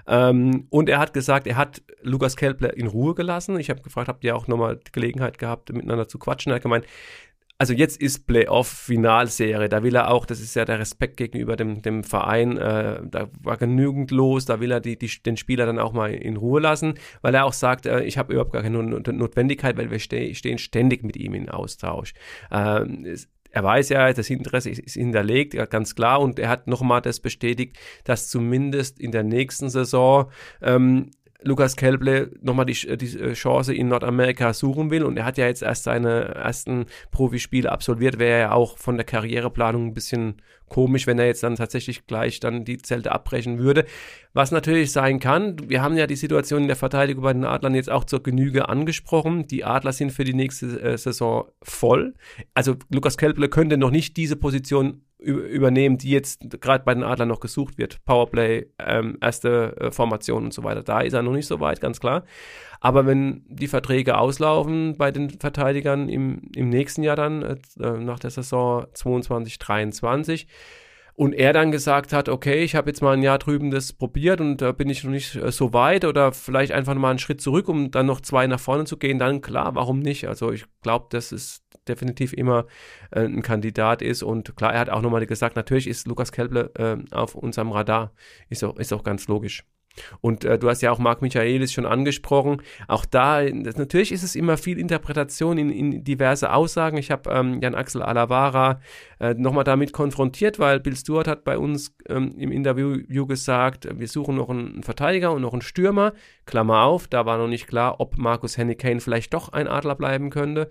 Ähm, und er hat gesagt, er hat Lukas Kelpler in Ruhe gelassen. Ich habe gefragt, habt ihr auch nochmal die Gelegenheit gehabt, miteinander zu quatschen? Er hat gemeint, also jetzt ist Playoff-Finalserie, da will er auch, das ist ja der Respekt gegenüber dem, dem Verein, äh, da war genügend los, da will er die, die, den Spieler dann auch mal in Ruhe lassen, weil er auch sagt, äh, ich habe überhaupt gar keine Notwendigkeit, weil wir ste- stehen ständig mit ihm in Austausch. Ähm, es, Er weiß ja, das Interesse ist hinterlegt, ganz klar, und er hat nochmal das bestätigt, dass zumindest in der nächsten Saison ähm, Lukas Kelpler nochmal die, die Chance in Nordamerika suchen will, und er hat ja jetzt erst seine ersten Profispiele absolviert, wäre ja auch von der Karriereplanung ein bisschen komisch, wenn er jetzt dann tatsächlich gleich dann die Zelte abbrechen würde. Was natürlich sein kann, wir haben ja die Situation in der Verteidigung bei den Adlern jetzt auch zur Genüge angesprochen. Die Adler sind für die nächste äh, Saison voll. Also Lukas Kelpler könnte noch nicht diese Position übernehmen, die jetzt gerade bei den Adlern noch gesucht wird. Powerplay, ähm, erste äh, Formation und so weiter. Da ist er noch nicht so weit, ganz klar. Aber wenn die Verträge auslaufen bei den Verteidigern im, im nächsten Jahr dann, äh, nach der Saison zweiundzwanzig dreiundzwanzig, und er dann gesagt hat, okay, ich habe jetzt mal ein Jahr drüben das probiert und da bin ich noch nicht äh, so weit, oder vielleicht einfach mal einen Schritt zurück, um dann noch zwei nach vorne zu gehen, dann klar, warum nicht? Also ich glaube, dass es definitiv immer äh, ein Kandidat ist, und klar, er hat auch nochmal gesagt, natürlich ist Lukas Kelpler äh, auf unserem Radar, ist auch, ist auch ganz logisch. Und äh, du hast ja auch Marc Michaelis schon angesprochen. Auch da, das, natürlich ist es immer viel Interpretation in, in diverse Aussagen. Ich habe ähm, Jan-Axel Alavara äh, nochmal damit konfrontiert, weil Bill Stewart hat bei uns ähm, im Interview gesagt, wir suchen noch einen Verteidiger und noch einen Stürmer. Klammer auf, da war noch nicht klar, ob Markus Hennekane vielleicht doch ein Adler bleiben könnte.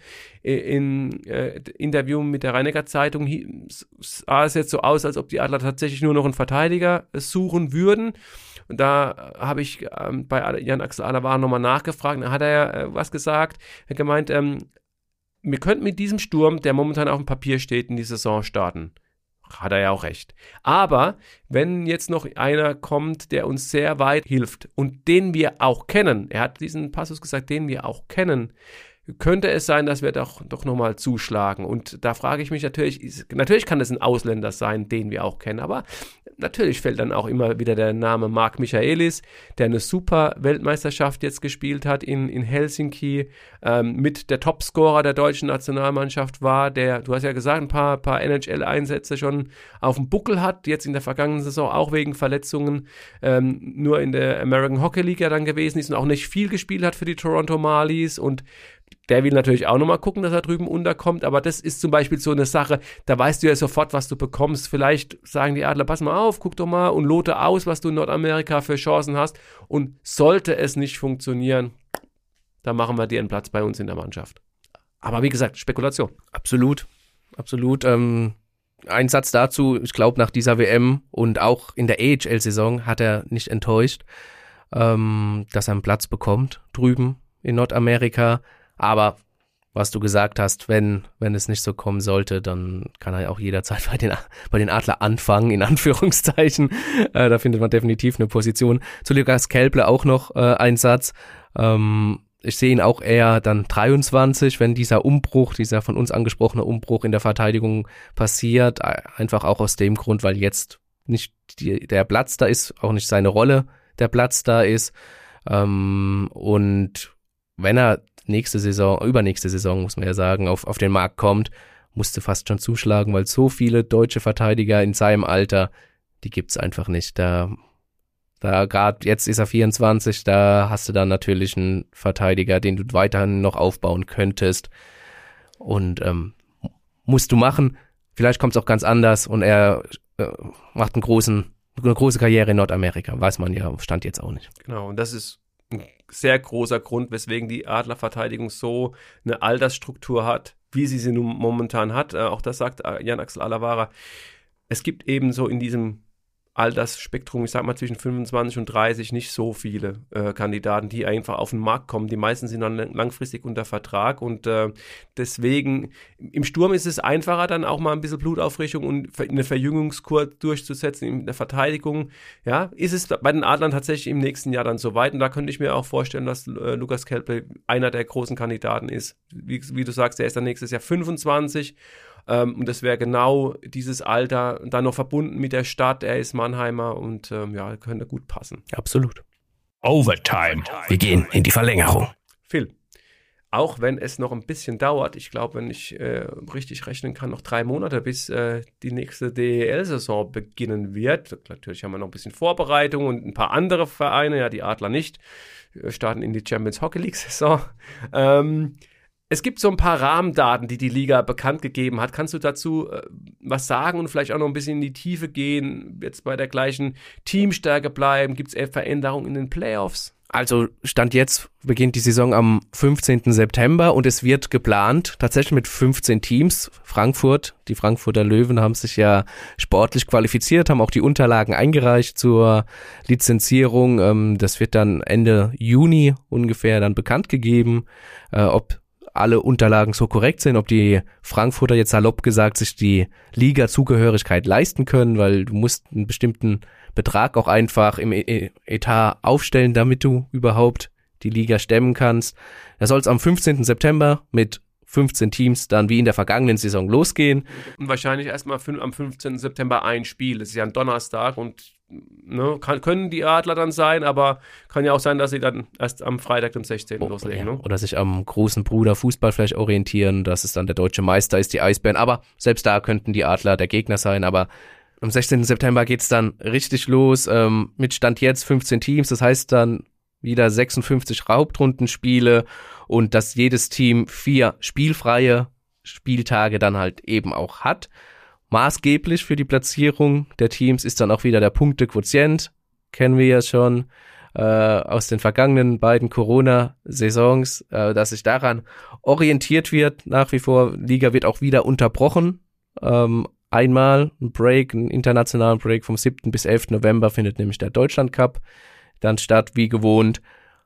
In äh, Interview mit der Rhein-Neckar Zeitung sah es jetzt so aus, als ob die Adler tatsächlich nur noch einen Verteidiger suchen würden. Und da habe ich ähm, bei Jan-Axel Alavara nochmal nachgefragt. Da hat er äh, was gesagt. Er hat gemeint, ähm, wir könnten mit diesem Sturm, der momentan auf dem Papier steht, in die Saison starten. Hat er ja auch recht. Aber wenn jetzt noch einer kommt, der uns sehr weit hilft und den wir auch kennen, er hat diesen Passus gesagt, den wir auch kennen, könnte es sein, dass wir doch, doch nochmal zuschlagen. Und da frage ich mich natürlich, ist, natürlich kann es ein Ausländer sein, den wir auch kennen, aber natürlich fällt dann auch immer wieder der Name Marc Michaelis, der eine super Weltmeisterschaft jetzt gespielt hat in, in Helsinki, ähm, mit der Topscorer der deutschen Nationalmannschaft war, der, du hast ja gesagt, ein paar, paar N H L-Einsätze schon auf dem Buckel hat, jetzt in der vergangenen Saison auch wegen Verletzungen ähm, nur in der American Hockey League ja dann gewesen ist und auch nicht viel gespielt hat für die Toronto Marlies, und der will natürlich auch nochmal gucken, dass er drüben unterkommt, aber das ist zum Beispiel so eine Sache, da weißt du ja sofort, was du bekommst. Vielleicht sagen die Adler, pass mal auf, guck doch mal und lote aus, was du in Nordamerika für Chancen hast, und sollte es nicht funktionieren, dann machen wir dir einen Platz bei uns in der Mannschaft. Aber wie gesagt, Spekulation. Absolut, absolut. Ähm, ein Satz dazu, ich glaube, nach dieser W M und auch in der A H L-Saison hat er nicht enttäuscht, ähm, dass er einen Platz bekommt drüben in Nordamerika. Aber was du gesagt hast, wenn wenn es nicht so kommen sollte, dann kann er auch jederzeit bei den bei den Adler anfangen, in Anführungszeichen. Äh, da findet man definitiv eine Position. Zu Lukas Kelpler auch noch äh, ein Satz. Ähm, ich sehe ihn auch eher dann dreiundzwanzig, wenn dieser Umbruch, dieser von uns angesprochene Umbruch in der Verteidigung passiert. Einfach auch aus dem Grund, weil jetzt nicht die, der Platz da ist, auch nicht seine Rolle der Platz da ist. Ähm, und wenn er nächste Saison, übernächste Saison, muss man ja sagen, auf, auf den Markt kommt, musste fast schon zuschlagen, weil so viele deutsche Verteidiger in seinem Alter, die gibt's einfach nicht. Da, da gerade jetzt ist er vierundzwanzig, da hast du dann natürlich einen Verteidiger, den du weiterhin noch aufbauen könntest. Und ähm, musst du machen. Vielleicht kommt es auch ganz anders und er äh, macht einen großen, eine große Karriere in Nordamerika. Weiß man ja, Stand jetzt auch nicht. Genau, und das ist ein sehr großer Grund, weswegen die Adlerverteidigung so eine Altersstruktur hat, wie sie sie nun momentan hat. Äh, auch das sagt Jan-Axel Alavara. Es gibt eben so in diesem Altersspektrum, ich sag mal zwischen fünfundzwanzig und dreißig, nicht so viele äh, Kandidaten, die einfach auf den Markt kommen. Die meisten sind dann langfristig unter Vertrag und äh, deswegen, im Sturm ist es einfacher, dann auch mal ein bisschen Blutauffrischung und eine Verjüngungskur durchzusetzen in der Verteidigung. Ja, ist es bei den Adlern tatsächlich im nächsten Jahr dann soweit und da könnte ich mir auch vorstellen, dass äh, Lukas Kelpe einer der großen Kandidaten ist. Wie, wie du sagst, er ist dann nächstes Jahr fünfundzwanzig. Ähm, und das wäre genau dieses Alter, dann noch verbunden mit der Stadt. Er ist Mannheimer und ähm, ja, könnte gut passen. Absolut. Overtime. Wir gehen in die Verlängerung. Phil, auch wenn es noch ein bisschen dauert, ich glaube, wenn ich äh, richtig rechnen kann, noch drei Monate, bis äh, die nächste D E L-Saison beginnen wird. Natürlich haben wir noch ein bisschen Vorbereitung und ein paar andere Vereine, ja, die Adler nicht, wir starten in die Champions Hockey League-Saison. Ähm, Es gibt so ein paar Rahmendaten, die die Liga bekannt gegeben hat. Kannst du dazu äh, was sagen und vielleicht auch noch ein bisschen in die Tiefe gehen? Jetzt bei der gleichen Teamstärke bleiben? Gibt es Veränderungen in den Playoffs? Also Stand jetzt beginnt die Saison am fünfzehnten September und es wird geplant, tatsächlich mit fünfzehn Teams. Frankfurt, die Frankfurter Löwen haben sich ja sportlich qualifiziert, haben auch die Unterlagen eingereicht zur Lizenzierung. Das wird dann Ende Juni ungefähr dann bekannt gegeben, ob alle Unterlagen so korrekt sind, ob die Frankfurter jetzt salopp gesagt sich die Liga-Zugehörigkeit leisten können, weil du musst einen bestimmten Betrag auch einfach im Etat aufstellen, damit du überhaupt die Liga stemmen kannst. Da soll es am fünfzehnten September mit fünfzehn Teams dann wie in der vergangenen Saison losgehen. Und wahrscheinlich erstmal am fünfzehnten September ein Spiel. Das ist ja ein Donnerstag und ne, kann, können die Adler dann sein, aber kann ja auch sein, dass sie dann erst am Freitag, dem sechzehnten Oh, loslegen. ja. Ne? Oder sich am großen Bruder Fußball vielleicht orientieren, dass es dann der deutsche Meister ist, die Eisbären. Aber selbst da könnten die Adler der Gegner sein. Aber am sechzehnten September geht's dann richtig los ähm, mit Stand jetzt fünfzehn Teams. Das heißt dann wieder sechsundfünfzig Hauptrundenspiele und dass jedes Team vier spielfreie Spieltage dann halt eben auch hat. Maßgeblich für die Platzierung der Teams ist dann auch wieder der Punktequotient. Kennen wir ja schon äh, aus den vergangenen beiden Corona-Saisons, äh, dass sich daran orientiert wird. Nach wie vor, Liga wird auch wieder unterbrochen. Ähm, einmal ein Break, einen internationalen Break vom siebten bis elften November findet nämlich der Deutschland Cup dann statt, wie gewohnt.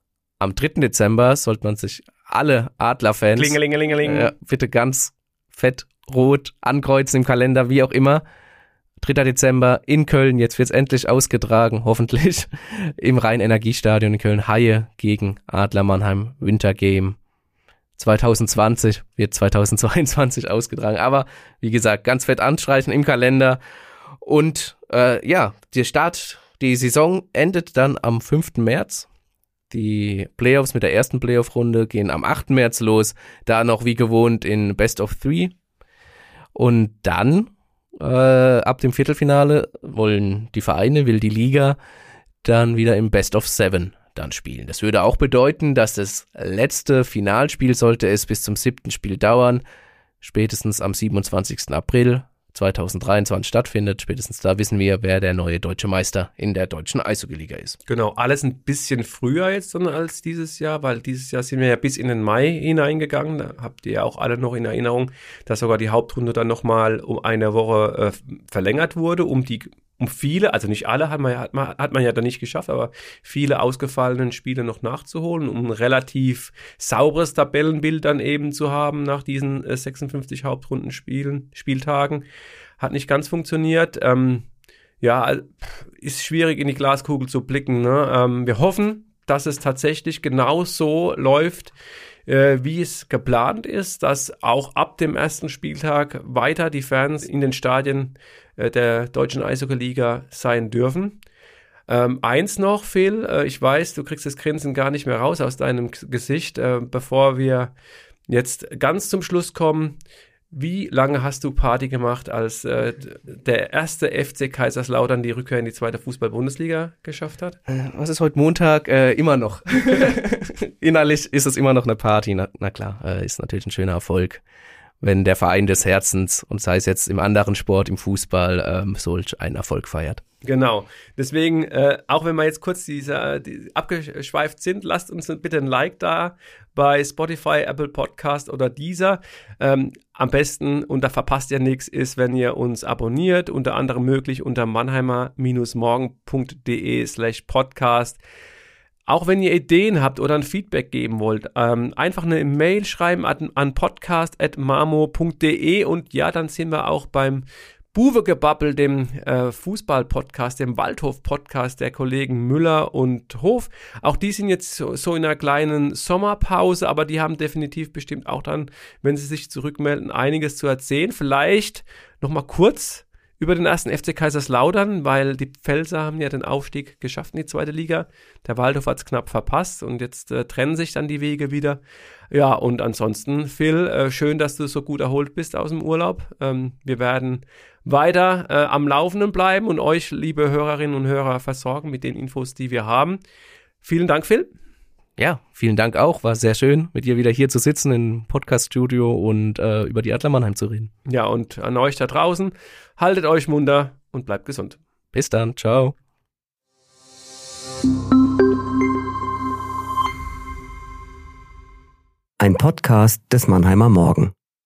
Am dritten Dezember sollte man sich alle Adlerfans Klingelingelingeling. äh, bitte ganz fett rot ankreuzen im Kalender, wie auch immer. dritter Dezember in Köln, jetzt wird's endlich ausgetragen, hoffentlich, im Rhein-Energiestadion in Köln. Haie gegen Adler Mannheim, Wintergame. zwanzig zwanzig wird zwanzig zweiundzwanzig ausgetragen, aber wie gesagt, ganz fett anstreichen im Kalender. Und äh, ja, der Start, die Saison endet dann am fünften März. Die Playoffs mit der ersten Playoff-Runde gehen am achten März los, da noch wie gewohnt in Best of Three. Und dann, äh, ab dem Viertelfinale, wollen die Vereine, will die Liga dann wieder im Best of Seven dann spielen. Das würde auch bedeuten, dass das letzte Finalspiel, sollte es bis zum siebten Spiel dauern, spätestens am siebenundzwanzigsten April zweitausenddreiundzwanzig stattfindet. Spätestens da wissen wir, wer der neue deutsche Meister in der deutschen Eishockey-Liga ist. Genau, alles ein bisschen früher jetzt als dieses Jahr, weil dieses Jahr sind wir ja bis in den Mai hineingegangen. Da habt ihr ja auch alle noch in Erinnerung, dass sogar die Hauptrunde dann nochmal um eine Woche äh, verlängert wurde, um die um viele, also nicht alle hat man, hat man, hat man ja dann nicht geschafft, aber viele ausgefallenen Spiele noch nachzuholen, um ein relativ sauberes Tabellenbild dann eben zu haben nach diesen äh, sechsundfünfzig Hauptrundenspielen, Spieltagen. Hat nicht ganz funktioniert. Ähm, ja, ist schwierig in die Glaskugel zu blicken. Ne? Ähm, wir hoffen, dass es tatsächlich genau so läuft, äh, wie es geplant ist, dass auch ab dem ersten Spieltag weiter die Fans in den Stadien äh, der deutschen Eishockey-Liga sein dürfen. Ähm, eins noch, Phil, äh, ich weiß, du kriegst das Grinsen gar nicht mehr raus aus deinem G- Gesicht, äh, bevor wir jetzt ganz zum Schluss kommen. Wie lange hast du Party gemacht, als äh, der erste F C Kaiserslautern die Rückkehr in die zweite Fußball-Bundesliga geschafft hat? Äh, was ist heute Montag? Äh, immer noch. Innerlich ist es immer noch eine Party. Na, na klar, äh, ist natürlich ein schöner Erfolg. wenn der Verein des Herzens, und sei es jetzt im anderen Sport, im Fußball, ähm, solch einen Erfolg feiert. Genau. Deswegen, äh, auch wenn wir jetzt kurz diese, die abgeschweift sind, lasst uns bitte ein Like da bei Spotify, Apple Podcast oder Deezer. Ähm, am besten, und da verpasst ihr nichts, ist, wenn ihr uns abonniert, unter anderem möglich unter mannheimer-morgen.de slash podcast. Auch wenn ihr Ideen habt oder ein Feedback geben wollt, ähm, einfach eine Mail schreiben an, an podcast at marmo punkt de und ja, dann sind wir auch beim Buwegebabbel, dem äh, Fußball-Podcast, dem Waldhof-Podcast der Kollegen Müller und Hof. Auch die sind jetzt so, so in einer kleinen Sommerpause, aber die haben definitiv bestimmt auch dann, wenn sie sich zurückmelden, einiges zu erzählen. Vielleicht nochmal kurz über den ersten F C Kaiserslautern, weil die Pfälzer haben ja den Aufstieg geschafft in die zweite Liga. Der Waldhof hat es knapp verpasst und jetzt äh, trennen sich dann die Wege wieder. Ja, und ansonsten, Phil, äh, schön, dass du so gut erholt bist aus dem Urlaub. Ähm, wir werden weiter äh, am Laufenden bleiben und euch, liebe Hörerinnen und Hörer, versorgen mit den Infos, die wir haben. Vielen Dank, Phil. Ja, vielen Dank auch. War sehr schön, mit dir wieder hier zu sitzen im Podcast-Studio und äh, über die Adler Mannheim zu reden. Ja, und an euch da draußen, haltet euch munter und bleibt gesund. Bis dann, ciao. Ein Podcast des Mannheimer Morgen.